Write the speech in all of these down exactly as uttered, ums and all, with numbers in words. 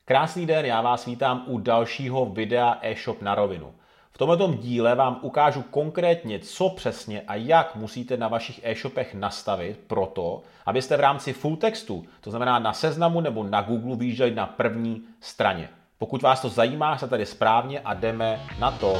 Krásný den, já vás vítám u dalšího videa e-shop na rovinu. V tomto díle vám ukážu konkrétně, co přesně a jak musíte na vašich e-shopech nastavit pro to, abyste v rámci full textu, to znamená na Seznamu nebo na Google, vyjížděli na první straně. Pokud vás to zajímá, jste tady správně a jdeme na to.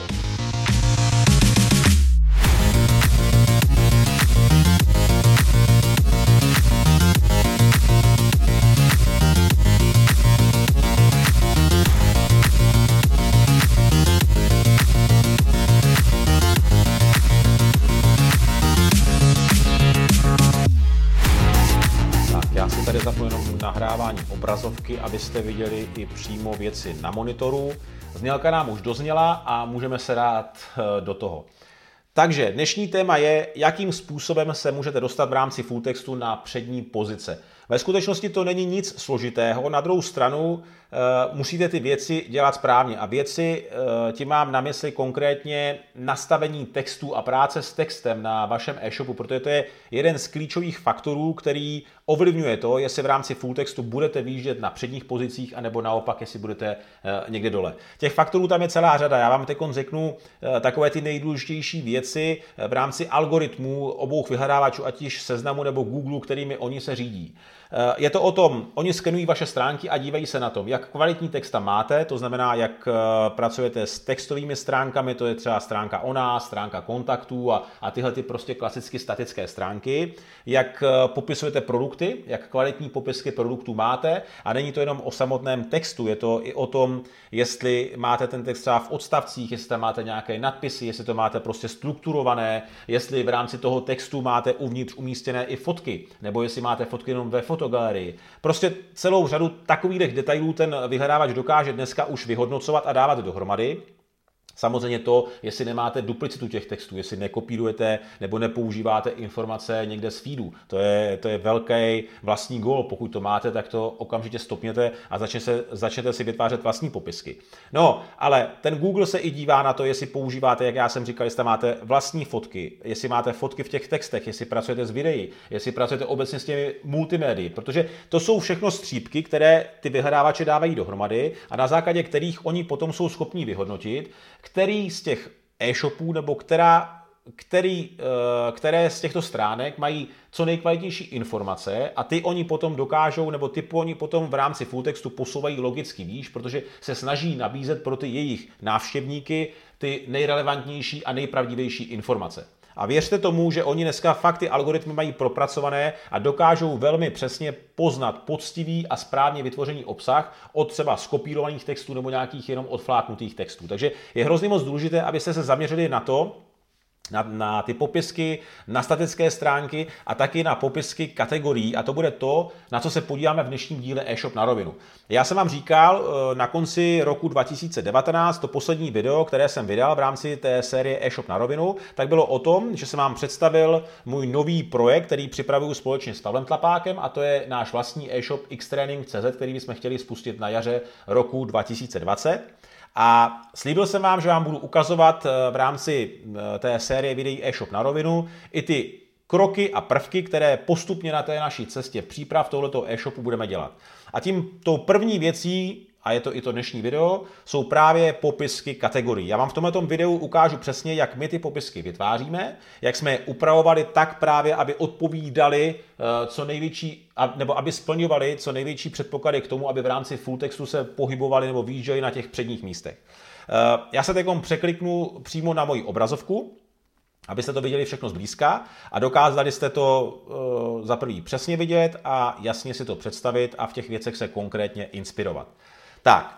Tady zapnu jenom nahrávání obrazovky, abyste viděli i přímo věci na monitoru. Znělka nám už dozněla a můžeme se dát do toho. Takže dnešní téma je, jakým způsobem se můžete dostat v rámci full textu na přední pozice. Ve skutečnosti to není nic složitého, na druhou stranu e, musíte ty věci dělat správně a věci, e, tím mám na mysli konkrétně nastavení textu a práce s textem na vašem e-shopu, protože to je jeden z klíčových faktorů, který ovlivňuje to, jestli v rámci full textu budete výjíždět na předních pozicích, anebo naopak, jestli budete e, někde dole. Těch faktorů tam je celá řada, já vám teď řeknu e, takové ty nejdůležitější věci v rámci algoritmů obou vyhledávačů, ať již Seznamu nebo Google, kterými oni se řídí. Je to o tom, oni skenují vaše stránky a dívají se na tom, jak kvalitní text tam máte, to znamená, jak pracujete s textovými stránkami, to je třeba stránka o nás, stránka kontaktů a, a tyhle ty prostě klasicky statické stránky, jak popisujete produkty, jak kvalitní popisky produktů máte a není to jenom o samotném textu, je to i o tom, jestli máte ten text třeba v odstavcích, jestli tam máte nějaké nadpisy, jestli to máte prostě strukturované, jestli v rámci toho textu máte uvnitř umístěné i fotky, nebo jestli máte fotky jenom ve fotogalerii. Prostě celou řadu takových detailů ten vyhledávač dokáže dneska už vyhodnocovat a dávat dohromady. Samozřejmě to, jestli nemáte duplicitu těch textů, jestli nekopírujete nebo nepoužíváte informace někde z feedu. To je, to je velký vlastní gól. Pokud to máte, tak to okamžitě stopněte a začne se, začnete si vytvářet vlastní popisky. No, ale ten Google se i dívá na to, jestli používáte, jak já jsem říkal, jestli máte vlastní fotky, jestli máte fotky v těch textech, jestli pracujete s videí, jestli pracujete obecně s těmi multimédii, protože to jsou všechno střípky, které ty vyhledávače dávají dohromady a na základě kterých oni potom jsou schopní vyhodnotit, který z těch e-shopů nebo která, který, které z těchto stránek mají co nejkvalitnější informace a ty oni potom dokážou, nebo ty oni potom v rámci full textu posouvají logicky výš, protože se snaží nabízet pro ty jejich návštěvníky ty nejrelevantnější a nejpravdivější informace. A věřte tomu, že oni dneska fakt ty algoritmy mají propracované a dokážou velmi přesně poznat poctivý a správně vytvořený obsah od třeba skopírovaných textů nebo nějakých jenom odfláknutých textů. Takže je hrozně moc důležité, abyste se zaměřili na to, Na, na ty popisky, na statické stránky a taky na popisky kategorií a to bude to, na co se podíváme v dnešním díle e-shop na rovinu. Já jsem vám říkal na konci roku dva tisíce devatenáct, to poslední video, které jsem vydal v rámci té série e-shop na rovinu, tak bylo o tom, že jsem vám představil můj nový projekt, který připravuju společně s Pavlem Tlapákem a to je náš vlastní e-shop xtraining tečka cz, který bychom chtěli spustit na jaře roku dva tisíce dvacet. A slíbil jsem vám, že vám budu ukazovat v rámci té série videí e-shop na rovinu i ty kroky a prvky, které postupně na té naší cestě v příprav tohoto e-shopu budeme dělat. A tím tou první věcí, a je to i to dnešní video, jsou právě popisky kategorií. Já vám v tomto videu ukážu přesně, jak my ty popisky vytváříme, jak jsme je upravovali tak právě, aby odpovídali co největší, nebo aby splňovali co největší předpoklady k tomu, aby v rámci full textu se pohybovali nebo výjížděli na těch předních místech. Já se teď překliknu přímo na moji obrazovku, abyste to viděli všechno zblízka a dokázali jste to uh, za prvý přesně vidět a jasně si to představit a v těch věcech se konkrétně inspirovat. Tak,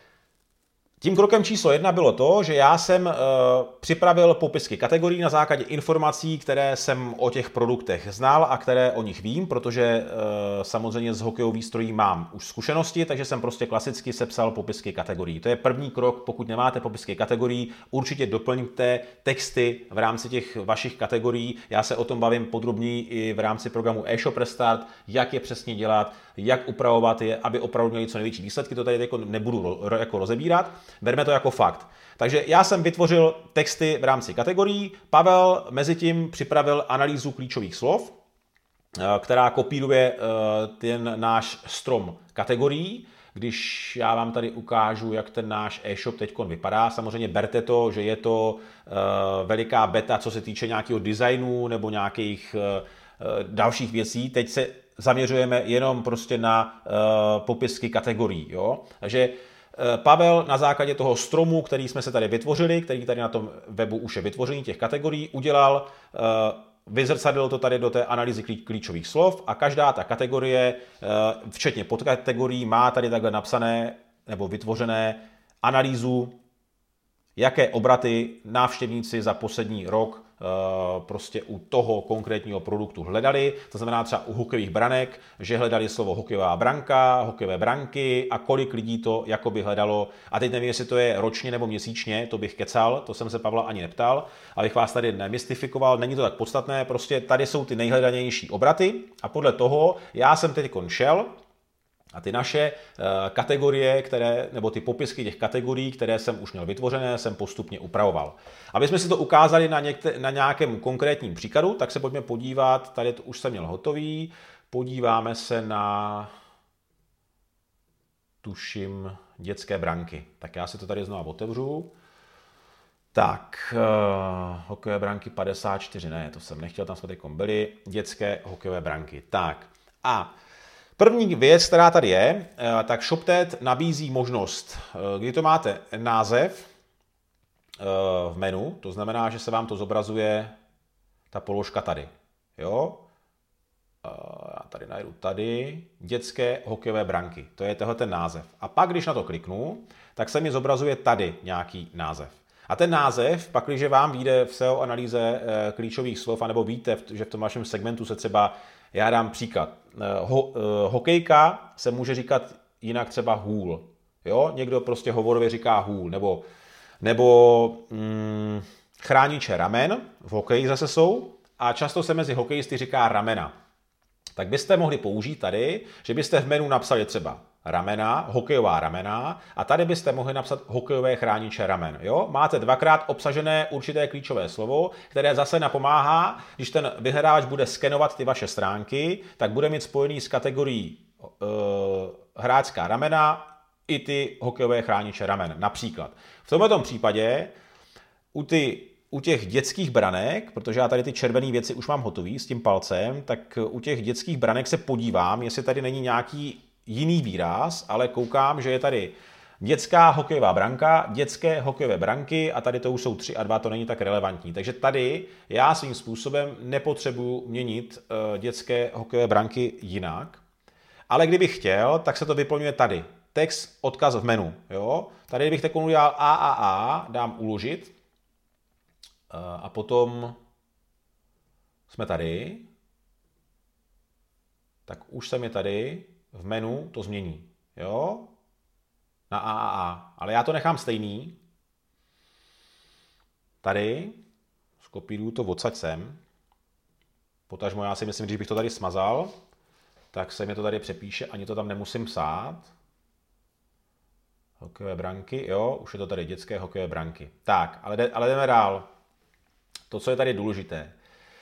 tím krokem číslo jedna bylo to, že já jsem e, připravil popisky kategorií na základě informací, které jsem o těch produktech znal a které o nich vím, protože e, samozřejmě z hokejových strojí mám už zkušenosti, takže jsem prostě klasicky sepsal popisky kategorií. To je první krok, pokud nemáte popisky kategorií, určitě doplňte texty v rámci těch vašich kategorií. Já se o tom bavím podrobněji i v rámci programu e-shop Restart, jak je přesně dělat, jak upravovat je, aby opravdu měli co největší výsledky. To tady jako nebudu jako rozebírat. Berme to jako fakt. Takže já jsem vytvořil texty v rámci kategorií. Pavel mezitím připravil analýzu klíčových slov, která kopíruje ten náš strom kategorií, když já vám tady ukážu, jak ten náš e-shop teď vypadá. Samozřejmě berte to, že je to uh, veliká beta, co se týče nějakého designu nebo nějakých uh, dalších věcí. Teď se zaměřujeme jenom prostě na uh, popisky kategorií. Jo? Takže uh, Pavel na základě toho stromu, který jsme se tady vytvořili, který tady na tom webu už je vytvořený, těch kategorií, udělal, uh, vyzrcadlil to tady do té analýzy klíčových slov a každá ta kategorie, uh, včetně podkategorií, má tady takhle napsané nebo vytvořené analýzu, jaké obraty návštěvníci za poslední rok prostě u toho konkrétního produktu hledali. To znamená třeba u hokejových branek, že hledali slovo hokejová branka, hokejové branky a kolik lidí to jakoby hledalo. A teď nevím, jestli to je ročně nebo měsíčně, to bych kecal, to jsem se Pavla ani neptal, abych vás tady nemystifikoval, není to tak podstatné, prostě tady jsou ty nejhledanější obraty a podle toho já jsem teď šel a ty naše uh, kategorie, které, nebo ty popisky těch kategorií, které jsem už měl vytvořené, jsem postupně upravoval. Aby jsme si to ukázali na, někde, na nějakém konkrétním příkladu, tak se pojďme podívat, tady to už jsem měl hotový, podíváme se na, tuším, dětské branky. Tak já si to tady znovu otevřu. Tak, uh, hokejové branky padesát čtyři, ne, to jsem nechtěl, tam jsme teď byli, dětské hokejové branky. Tak, a první věc, která tady je, tak ShopTet nabízí možnost, kdy to máte název v menu, to znamená, že se vám to zobrazuje ta položka tady. Jo? Já tady najdu tady, dětské hokejové branky, to je tohle ten název. A pak, když na to kliknu, tak se mi zobrazuje tady nějaký název. A ten název, pak, když vám vyjde v S E O analýze klíčových slov, anebo víte, že v tom vašem segmentu se třeba, já dám příklad, Ho, hokejka se může říkat jinak třeba hůl. Jo? Někdo prostě hovorově říká hůl. Nebo, nebo mm, chrániče ramen, v hokeji zase jsou, a často se mezi hokejisty říká ramena. Tak byste mohli použít tady, že byste v menu napsali třeba ramena, hokejová ramena a tady byste mohli napsat hokejové chrániče ramen. Jo? Máte dvakrát obsažené určité klíčové slovo, které zase napomáhá, když ten vyhledávač bude skenovat ty vaše stránky, tak bude mít spojený s kategorií e, hráčská ramena i ty hokejové chrániče ramen. Například. V tomto případě u, ty, u těch dětských branek, protože já tady ty červené věci už mám hotový s tím palcem, tak u těch dětských branek se podívám, jestli tady není nějaký jiný výraz, ale koukám, že je tady dětská hokejová branka, dětské hokejové branky a tady to už jsou tři a dva, to není tak relevantní. Takže tady já svým způsobem nepotřebuji měnit uh, dětské hokejové branky jinak, ale kdybych chtěl, tak se to vyplňuje tady. Text, odkaz v menu. Jo? Tady kdybych teď udělal A A A, dám uložit uh, a potom jsme tady, tak už jsem je tady, v menu to změní, jo, na A A A, ale já to nechám stejný, tady, skopíruju to odsaď sem, potažmo já si myslím, když bych to tady smazal, tak se mi to tady přepíše, ani to tam nemusím psát, hokejové branky, jo, už je to tady dětské hokejové branky. Tak, ale, jde, ale jdeme dál, to, co je tady důležité.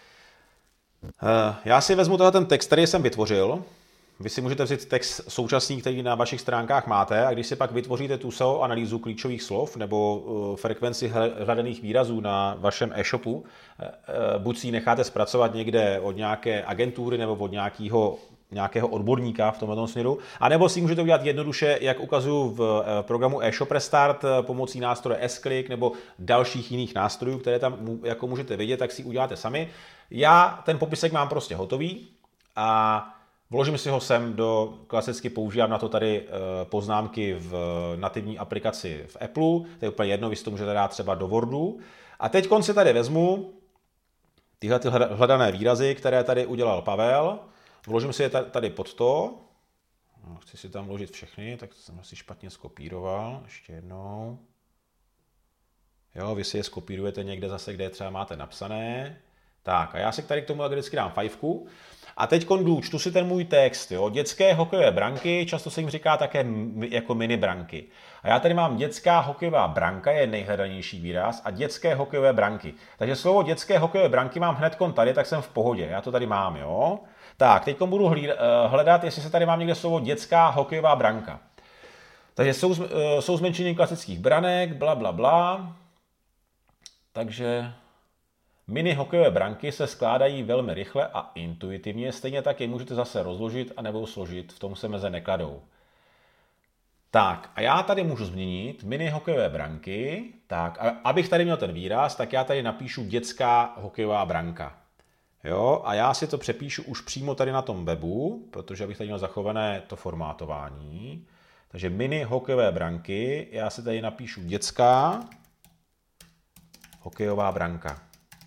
Já si vezmu tenhle ten text, který jsem vytvořil. Vy si můžete vzít text současný, který na vašich stránkách máte, a když si pak vytvoříte tu S E O analýzu klíčových slov nebo frekvenci hledaných výrazů na vašem e-shopu, buď si ji necháte zpracovat někde od nějaké agentury nebo od nějakého, nějakého odborníka v tomto směru, anebo si můžete udělat jednoduše, jak ukazuju v programu eShop Restart pomocí nástroje S-Click nebo dalších jiných nástrojů, které tam jako můžete vidět, tak si uděláte sami. Já ten popisek mám prostě hotový a vložím si ho sem do, klasicky používám na to tady poznámky v nativní aplikaci v Apple, to je úplně jedno, vy si to můžete dát třeba do Wordu. A teď si tady vezmu tyhle ty hledané výrazy, které tady udělal Pavel, vložím si je tady pod to, chci si tam vložit všechny, tak jsem si špatně skopíroval, ještě jednou. Jo, vy si je skopírujete někde zase, kde třeba máte napsané. Tak a já si tady k tomu vždycky dám fajfku. A teď jdu, čtu si ten můj text, jo, dětské hokejové branky, často se jim říká také jako mini branky. A já tady mám dětská hokejová branka, je nejhledanější výraz, a dětské hokejové branky. Takže slovo dětské hokejové branky mám hned tady, tak jsem v pohodě, já to tady mám, jo. Tak, teď budu hledat, jestli se tady mám někde slovo dětská hokejová branka. Takže jsou, jsou zmenšení klasických branek, bla, bla, bla. Takže mini hokejové branky se skládají velmi rychle a intuitivně, stejně tak je můžete zase rozložit a nebo složit, v tom se meze nekladou. Tak a já tady můžu změnit mini hokejové branky, tak a abych tady měl ten výraz, tak já tady napíšu dětská hokejová branka. Jo, a já si to přepíšu už přímo tady na tom webu, protože abych tady měl zachované to formátování. Takže mini hokejové branky, já si tady napíšu dětská hokejová branka.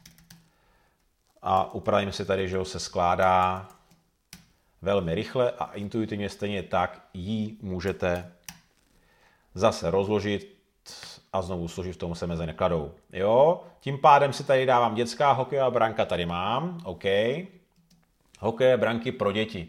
A upravím si tady, že se skládá velmi rychle a intuitivně stejně tak ji můžete zase rozložit a znovu složit, v tomu se meze nekladou. Jo? Tím pádem si tady dávám dětská hokejová branka, tady mám, OK. Hokejové branky pro děti.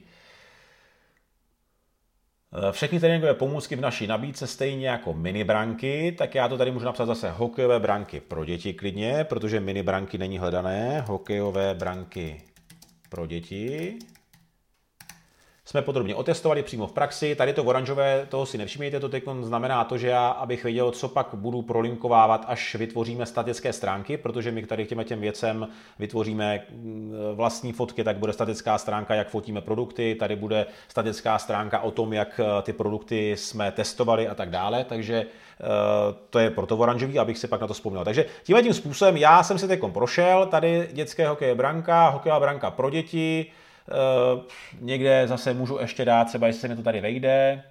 Všechny tréninkové pomůcky v naší nabídce stejně jako mini branky, tak já to tady můžu napsat zase hokejové branky pro děti klidně, protože mini branky není hledané. Hokejové branky pro děti. Jsme podrobně otestovali přímo v praxi. Tady to oranžové, toho si nevšimnějte, to teď znamená to, že já, abych věděl, co pak budu prolinkovávat, až vytvoříme statické stránky, protože my tady těm těm věcem vytvoříme vlastní fotky, tak bude statická stránka, jak fotíme produkty, tady bude statická stránka o tom, jak ty produkty jsme testovali a tak dále, takže to je proto oranžový, abych si pak na to vzpomněl. Takže tímhle tím způsobem já jsem si teď prošel, tady dětské hokejové branka, hokejová branka pro děti. Uh, někde zase můžu ještě dát, třeba jestli se mi to tady vejde.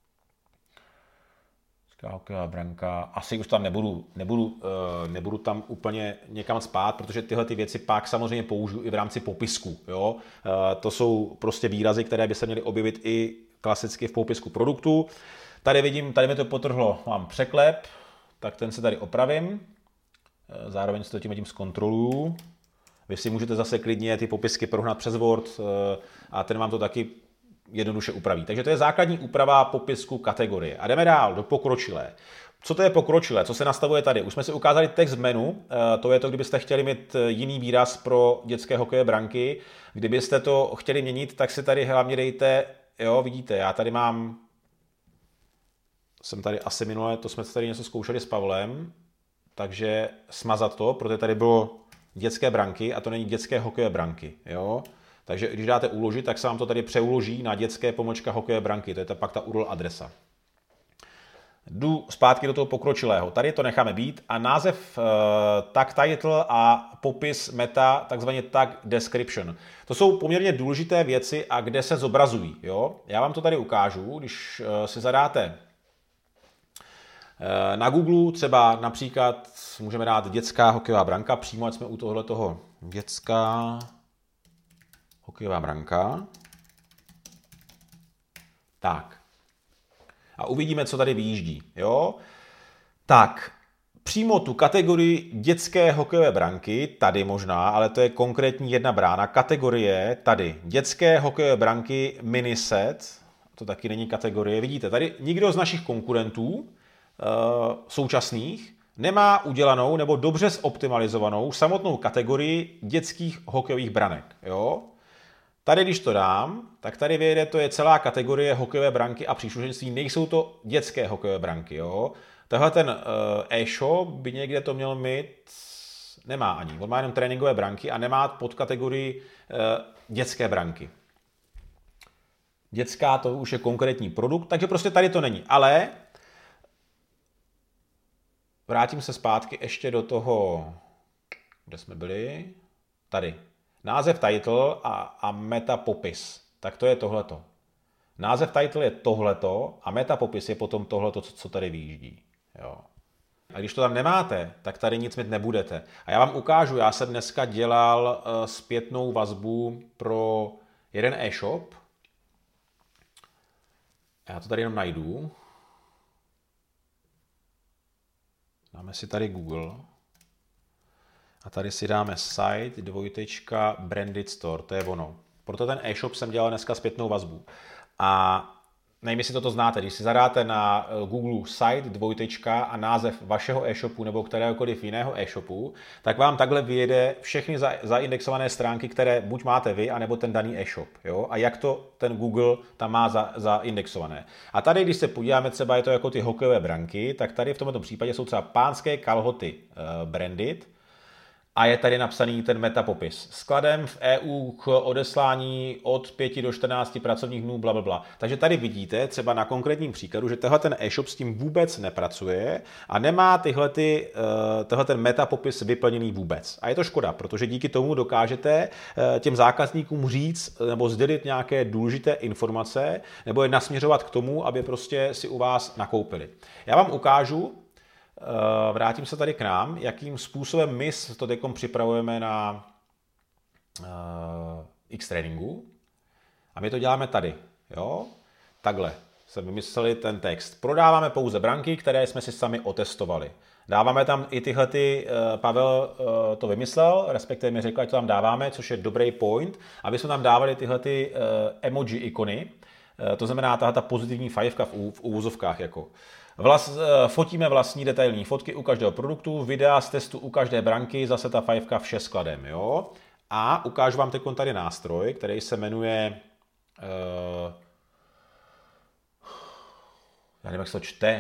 Hokejová branka. Asi už tam nebudu, nebudu, uh, nebudu tam úplně někam spát, protože tyhle ty věci pak samozřejmě použiju i v rámci popisku. Jo? Uh, to jsou prostě výrazy, které by se měly objevit i klasicky v popisku produktu. Tady vidím, tady mi to potrhlo, mám překlep, tak ten se tady opravím. Uh, zároveň si to tím tím zkontroluju. Vy si můžete zase klidně ty popisky prohnat přes Word a ten vám to taky jednoduše upraví. Takže to je základní úprava popisku kategorie. A jdeme dál do pokročilé. Co to je pokročilé? Co se nastavuje tady? Už jsme si ukázali text menu. To je to, kdybyste chtěli mít jiný výraz pro dětské hokejové branky. Kdybyste to chtěli měnit, tak si tady hlavně dejte, jo, vidíte, já tady mám, jsem tady asi minule, to jsme tady něco zkoušeli s Pavlem, takže smazat to, protože tady bylo dětské branky a to není dětské hokejové branky. Jo? Takže když dáte uložit, tak se vám to tady přeuloží na dětské pomlčka hokejové branky. To je ta, pak ta U R L adresa. Jdu zpátky do toho pokročilého. Tady to necháme být a název uh, tag title a popis meta, takzvaně tag description. To jsou poměrně důležité věci a kde se zobrazují. Jo? Já vám to tady ukážu, když uh, si zadáte na Google třeba například můžeme dát dětská hokejová branka, přímo ať jsme u tohohle toho dětská hokejová branka. Tak. A uvidíme, co tady vyjíždí. Jo? Tak, přímo tu kategorii dětské hokejové branky, tady možná, ale to je konkrétní jedna brána, kategorie tady dětské hokejové branky miniset, to taky není kategorie, vidíte, tady nikdo z našich konkurentů současných nemá udělanou nebo dobře zoptimalizovanou samotnou kategorii dětských hokejových branek. Jo? Tady, když to dám, tak tady vyjede, to je celá kategorie hokejové branky a příslušenství, nejsou to dětské hokejové branky. Jo? Tahle ten uh, e-shop by někde to měl mít, nemá ani, on má jenom tréninkové branky a nemá pod kategorii uh, dětské branky. Dětská to už je konkrétní produkt, takže prostě tady to není. Ale vrátím se zpátky ještě do toho, kde jsme byli, tady. Název title a, a meta popis. Tak to je tohleto. Název title je tohleto a meta popis je potom tohleto, co, co tady vyjíždí. Jo. A když to tam nemáte, tak tady nic mít nebudete. A já vám ukážu, já jsem dneska dělal uh, zpětnou vazbu pro jeden e-shop. Já to tady jenom najdu. Dáme si tady Google a tady si dáme site dvojtečka branded store, to je ono. Proto ten e-shop jsem dělal dneska zpětnou vazbu. A nevím, jestli toto znáte, když si zadáte na Google site dvojtečka a název vašeho e-shopu nebo kteréhokoliv jiného e-shopu, tak vám takhle vyjede všechny za, zaindexované stránky, které buď máte vy, anebo ten daný e-shop. Jo? A jak to ten Google tam má za, zaindexované. A tady, když se podíváme, třeba je to jako ty hokejové branky, tak tady v tomto případě jsou třeba pánské kalhoty uh, branded, a je tady napsaný ten metapopis. Skladem v E U k odeslání od pěti do čtrnácti pracovních dnů, blablabla. Takže tady vidíte třeba na konkrétním příkladu, že tenhle ten e-shop s tím vůbec nepracuje a nemá tyhle ty, tenhle ten metapopis vyplněný vůbec. A je to škoda, protože díky tomu dokážete těm zákazníkům říct nebo sdělit nějaké důležité informace nebo je nasměřovat k tomu, aby prostě si u vás nakoupili. Já vám ukážu, vrátím se tady k nám, jakým způsobem my to teďkom připravujeme na uh, X-Trainingu. A my to děláme tady. Jo? Takhle jsme vymysleli ten text. Prodáváme pouze branky, které jsme si sami otestovali. Dáváme tam i tyhle, ty, uh, Pavel uh, to vymyslel, respektive mi řekl, ať to tam dáváme, což je dobrý point, aby jsme tam dávali tyhle ty, uh, emoji ikony. Uh, to znamená tahle ta pozitivní fajfka v, v úvozovkách. Jako. Vlas, fotíme vlastní detailní fotky u každého produktu, videa z testu u každé branky, zase ta fajfka vše skladem. Jo? A ukážu vám teď tady nástroj, který se jmenuje, uh, já nevím, jak se to čte,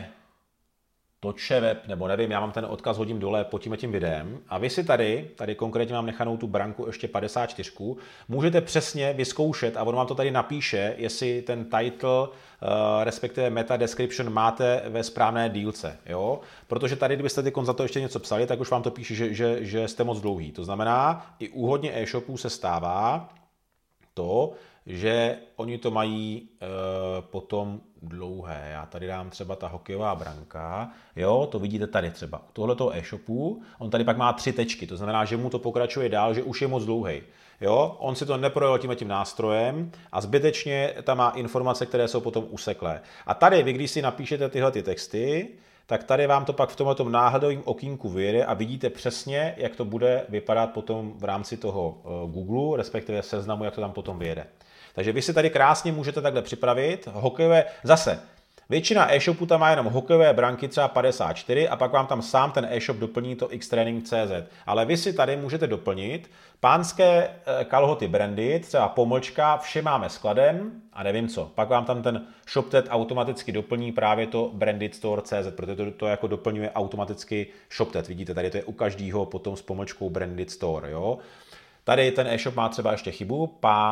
Toče web, nebo nevím, já mám ten odkaz, hodím dole pod tím tím videem. A vy si tady, tady konkrétně mám nechanou tu branku ještě padesát čtyři, můžete přesně vyzkoušet a on vám to tady napíše, jestli ten title, uh, respektive meta description máte ve správné dílce. Jo? Protože tady, kdybyste teď za to ještě něco psali, tak už vám to píše, že, že, že jste moc dlouhý. To znamená, i u hodně e-shopů se stává to, že oni to mají e, potom dlouhé. Já tady dám třeba ta hokejová branka, jo, to vidíte tady třeba. U tohletoho e-shopu, on tady pak má tři tečky, to znamená, že mu to pokračuje dál, že už je moc dlouhý. Jo, on si to neprojel tím tím nástrojem a zbytečně tam má informace, které jsou potom useklé. A tady vy, když si napíšete tyhle ty texty, tak tady vám to pak v tomto náhledovém okýnku vyjede a vidíte přesně, jak to bude vypadat potom v rámci toho Google, respektive seznamu, jak to tam potom vyjede. Takže vy si tady krásně můžete takhle připravit hokejové, zase, většina e-shopů tam má jenom hokejové branky třeba padesát čtyři a pak vám tam sám ten e-shop doplní to xtraining tečka cé zet. Ale vy si tady můžete doplnit pánské kalhoty branded, třeba pomlčka, vše máme skladem a nevím co. Pak vám tam ten ShopTet automaticky doplní právě to branded store tečka cé zet, protože to, to jako doplňuje automaticky ShopTet. Vidíte, tady to je u každého potom s pomlčkou branded store, jo. Tady ten e-shop má třeba ještě chybu,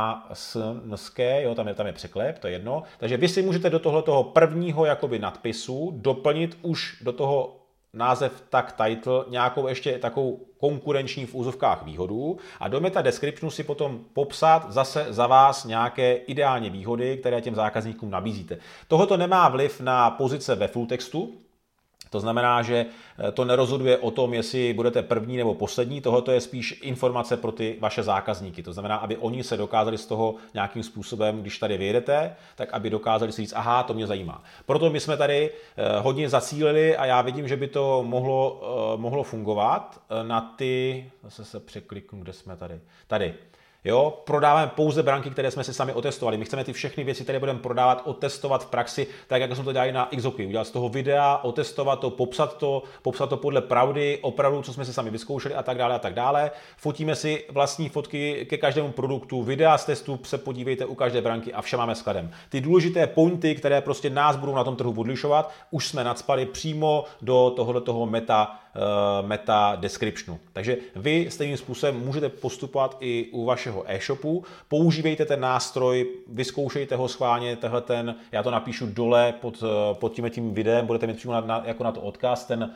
pásnské, jo, tam je, tam je překlep, to je jedno. Takže vy si můžete do tohoto prvního jakoby nadpisu doplnit už do toho název tag title nějakou ještě takovou konkurenční v úzovkách výhodu a do meta descriptionu si potom popsat zase za vás nějaké ideální výhody, které těm zákazníkům nabízíte. Tohoto nemá vliv na pozice ve full textu. To znamená, že to nerozhoduje o tom, jestli budete první nebo poslední, tohoto je spíš informace pro ty vaše zákazníky. To znamená, aby oni se dokázali z toho nějakým způsobem, když tady vyjedete, tak aby dokázali si říct, aha, to mě zajímá. Proto my jsme tady hodně zacílili a já vidím, že by to mohlo, mohlo fungovat na ty, zase se překliknu, kde jsme tady, tady. Jo, prodáváme pouze branky, které jsme si sami otestovali. My chceme ty všechny věci, které budeme prodávat, otestovat v praxi, tak jak jsme to dělali na Xhockey. Udělat z toho videa, otestovat to, popsat to, popsat to podle pravdy, opravdu, co jsme si sami vyzkoušeli a tak dále a tak dále. Fotíme si vlastní fotky ke každému produktu, videa z testu se podívejte u každé branky a vše máme skladem. Ty důležité pointy, které prostě nás budou na tom trhu odlišovat, už jsme nacpali přímo do tohoto meta meta descriptionu. Takže vy stejným způsobem můžete postupovat i u vašeho e-shopu. Používejte ten nástroj, vyzkoušejte ho schválně, tehle ten, já to napíšu dole pod, pod tím, tím videem, budete mít přímo na, na, jako na to odkaz, ten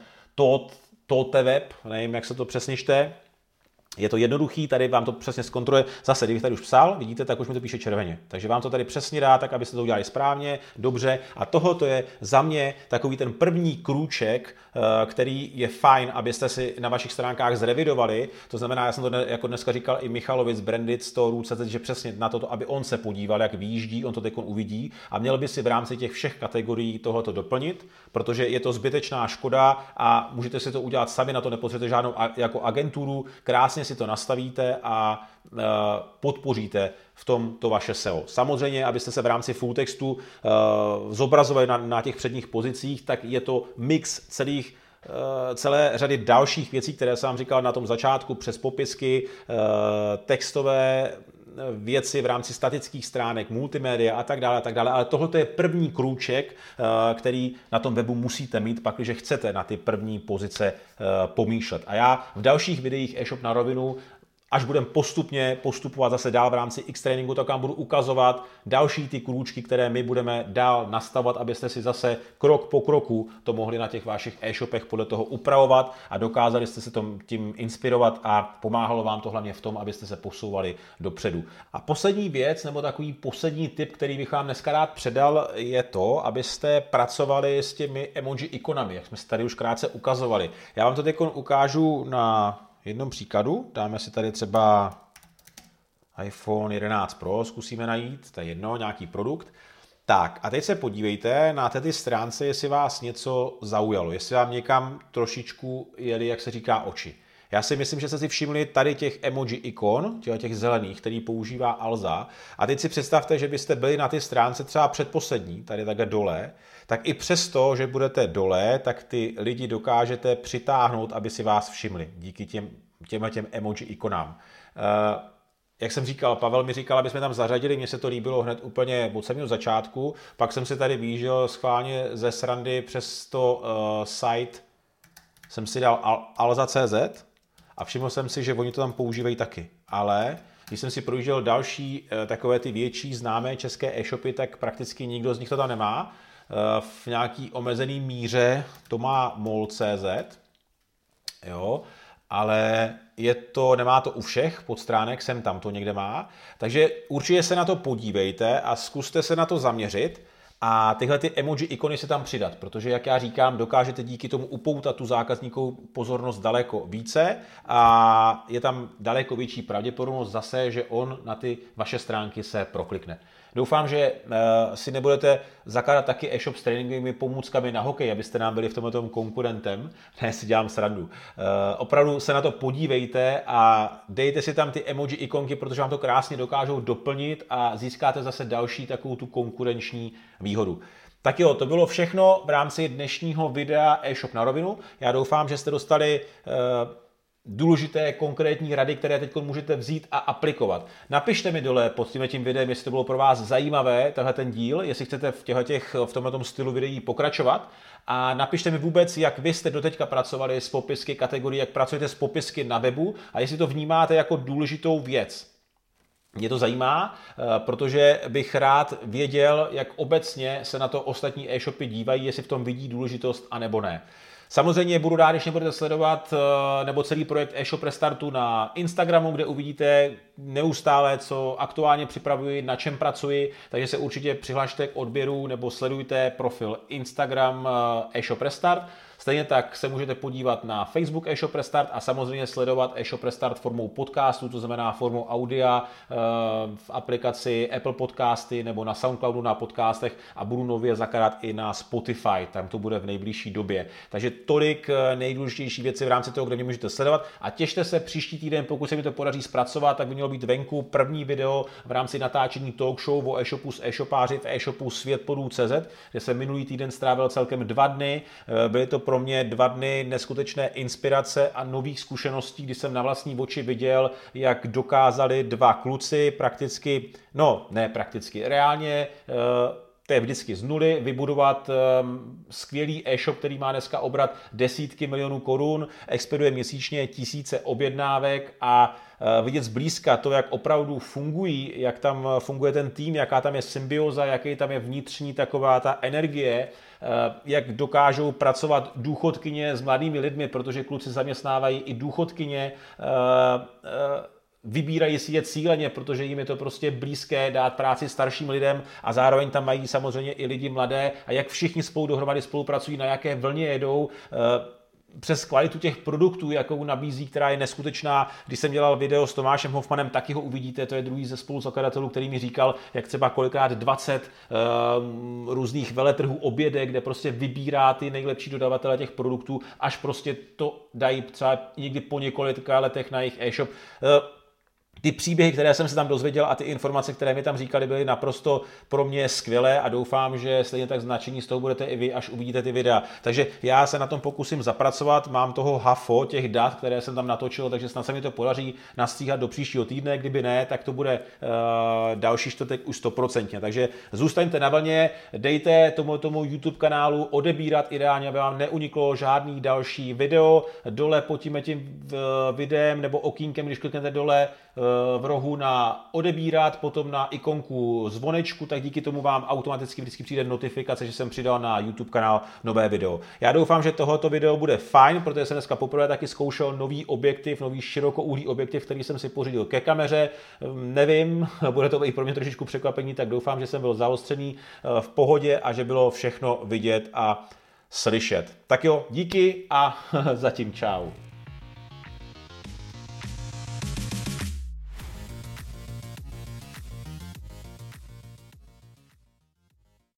Tote web, nevím, jak se to přesně čte. Je to jednoduchý, tady vám to přesně zkontroluje. Zase, kdybych tady už psal, vidíte, tak už mi to píše červeně. Takže vám to tady přesně dá, tak abyste to udělali správně, dobře. A tohoto je za mě takový ten první krůček, který je fajn, abyste si na vašich stránkách zrevidovali. To znamená, já jsem to jako dneska říkal i Michalovi z Branded Store tečka cé zet, že přesně na to, aby on se podíval, jak vyjíždí, on to teď uvidí a měl by si v rámci těch všech kategorií tohoto doplnit, protože je to zbytečná škoda a můžete si to udělat sami, na to nepotřebujete žádnou jako agenturu, krásně si to nastavíte a podpoříte v tom to vaše S E O. Samozřejmě, abyste se v rámci full textu zobrazovali na, na těch předních pozicích, tak je to mix celých celé řady dalších věcí, které jsem vám říkal na tom začátku, přes popisky, textové věci v rámci statických stránek, multimédia a tak dále, a tak dále. Ale tohle je první krůček, který na tom webu musíte mít, pakliže chcete na ty první pozice pomýšlet. A já v dalších videích e-shop na rovinu, až budeme postupně postupovat zase dál v rámci X-Trainingu, tak vám budu ukazovat další ty krůčky, které my budeme dál nastavovat, abyste si zase krok po kroku to mohli na těch vašich e-shopech podle toho upravovat a dokázali jste se tím inspirovat a pomáhalo vám to hlavně v tom, abyste se posouvali dopředu. A poslední věc, nebo takový poslední tip, který bych vám dneska rád předal, je to, abyste pracovali s těmi emoji ikonami, jak jsme si tady už krátce ukazovali. Já vám to teď ukážu na jednom příkladu, dáme si tady třeba iPhone jedenáct Pro, zkusíme najít, to je jedno, nějaký produkt. Tak a teď se podívejte na této stránce, jestli vás něco zaujalo, jestli vám někam trošičku jeli, jak se říká, oči. Já si myslím, že jste si všimli tady těch emoji ikon, těch zelených, který používá Alza. A teď si představte, že byste byli na té stránce třeba předposlední, tady takhle dole, tak i přesto, že budete dole, tak ty lidi dokážete přitáhnout, aby si vás všimli díky těm, těm, těm emoji ikonám. Uh, Jak jsem říkal, Pavel mi říkal, aby jsme tam zařadili, mně se to líbilo hned úplně od samého začátku, pak jsem si tady výžil schválně ze srandy přes to uh, site, jsem si dal alza tečka cé zet a všiml jsem si, že oni to tam používají taky, ale když jsem si projížděl další uh, takové ty větší známé české e-shopy, tak prakticky nikdo z nich to tam nemá. Uh, v nějaký omezený míře to má mol tečka cé zet, jo, ale je to, nemá to u všech podstránek, sem tam to někde má. Takže určitě se na to podívejte a zkuste se na to zaměřit a tyhle ty emoji ikony se tam přidat, protože, jak já říkám, dokážete díky tomu upoutat tu zákazníkovou pozornost daleko více a je tam daleko větší pravděpodobnost zase, že on na ty vaše stránky se proklikne. Doufám, že uh, si nebudete zakládat taky e-shop s tréninkovými pomůckami na hokej, abyste nám byli v tomhle tom konkurentem. Ne, si dělám srandu. Uh, opravdu se na to podívejte a dejte si tam ty emoji ikonky, protože vám to krásně dokážou doplnit a získáte zase další takovou tu konkurenční výhodu. Tak jo, to bylo všechno v rámci dnešního videa e-shop na rovinu. Já doufám, že jste dostali uh, důležité konkrétní rady, které teď můžete vzít a aplikovat. Napište mi dole pod tím, tím videem, jestli to bylo pro vás zajímavé, tenhle ten díl, jestli chcete v, těch, v tomhle stylu videí pokračovat. A napište mi vůbec, jak vy jste doteďka pracovali s popisky kategorií, jak pracujete s popisky na webu a jestli to vnímáte jako důležitou věc. Mě to zajímá, protože bych rád věděl, jak obecně se na to ostatní e-shopy dívají, jestli v tom vidí důležitost a nebo ne. Samozřejmě budu rád, když mě budete sledovat nebo celý projekt e-shop Restartu na Instagramu, kde uvidíte neustále, co aktuálně připravuji, na čem pracuji, takže se určitě přihlašte k odběru nebo sledujte profil Instagram e-shop Restart. Stejně tak se můžete podívat na Facebook e-shop Restart a samozřejmě sledovat e-shop Restart formou podcastu, to znamená formou audia v aplikaci Apple Podcasty nebo na Soundcloudu na podcastech a budu nově zakládat i na Spotify, tam to bude v nejbližší době. Takže tolik nejdůležitější věci v rámci toho, kde mě můžete sledovat a těšte se příští týden, pokud se mi to podaří zpracovat, tak by mělo být venku první video v rámci natáčení talk show o e-shopu s e-shopáři v e-shopu světpodů tečka cé zet, kde jsem minulý týden strávil celkem dva dny. Byly to pro mě dva dny neskutečné inspirace a nových zkušeností, kdy jsem na vlastní oči viděl, jak dokázali dva kluci prakticky, no ne prakticky, reálně to je vždycky z nuly, vybudovat um, skvělý e-shop, který má dneska obrat desítky milionů korun, expeduje měsíčně tisíce objednávek a uh, vidět zblízka to, jak opravdu fungují, jak tam funguje ten tým, jaká tam je symbioza, jaký tam je vnitřní taková ta energie, uh, jak dokážou pracovat důchodkyně s mladými lidmi, protože kluci zaměstnávají i důchodkyně, uh, uh, vybírají si je cíleně, protože jim je to prostě blízké dát práci starším lidem a zároveň tam mají samozřejmě i lidi mladé a jak všichni spolu dohromady spolupracují, na jaké vlně jedou. přes kvalitu těch produktů, jakou nabízí, která je neskutečná. Když jsem dělal video s Tomášem Hofmanem, taky ho uvidíte, to je druhý ze spoluzakladatelů, který mi říkal, jak třeba kolikrát dvacet um, různých veletrhů objede, kde prostě vybírá ty nejlepší dodavatele těch produktů, až prostě to dají třeba někdy po několika letech na jejich e-shop. Uh, Ty příběhy, které jsem se tam dozvěděl a ty informace, které mi tam říkali, byly naprosto pro mě skvělé a doufám, že stejně tak značení z toho budete i vy, až uvidíte ty videa. Takže já se na tom pokusím zapracovat, mám toho hafo, těch dat, které jsem tam natočil, takže snad se mi to podaří nastříhat do příštího týdne, kdyby ne, tak to bude uh, další čtvrtek už stoprocentně. Takže zůstaňte na vlně, dejte tomu, tomu YouTube kanálu odebírat ideálně, aby vám neuniklo žádný další video. Dole pod tím, tím videem nebo okýnkem, když kliknete dole v rohu na odebírat, potom na ikonku zvonečku, tak díky tomu vám automaticky vždycky přijde notifikace, že jsem přidal na YouTube kanál nové video. Já doufám, že tohoto video bude fajn, protože jsem dneska poprvé taky zkoušel nový objektiv, nový širokouhlý objektiv, který jsem si pořídil ke kameře. Nevím, bude to i pro mě trošičku překvapení, tak doufám, že jsem byl zaostřený v pohodě a že bylo všechno vidět a slyšet. Tak jo, díky a zatím čau.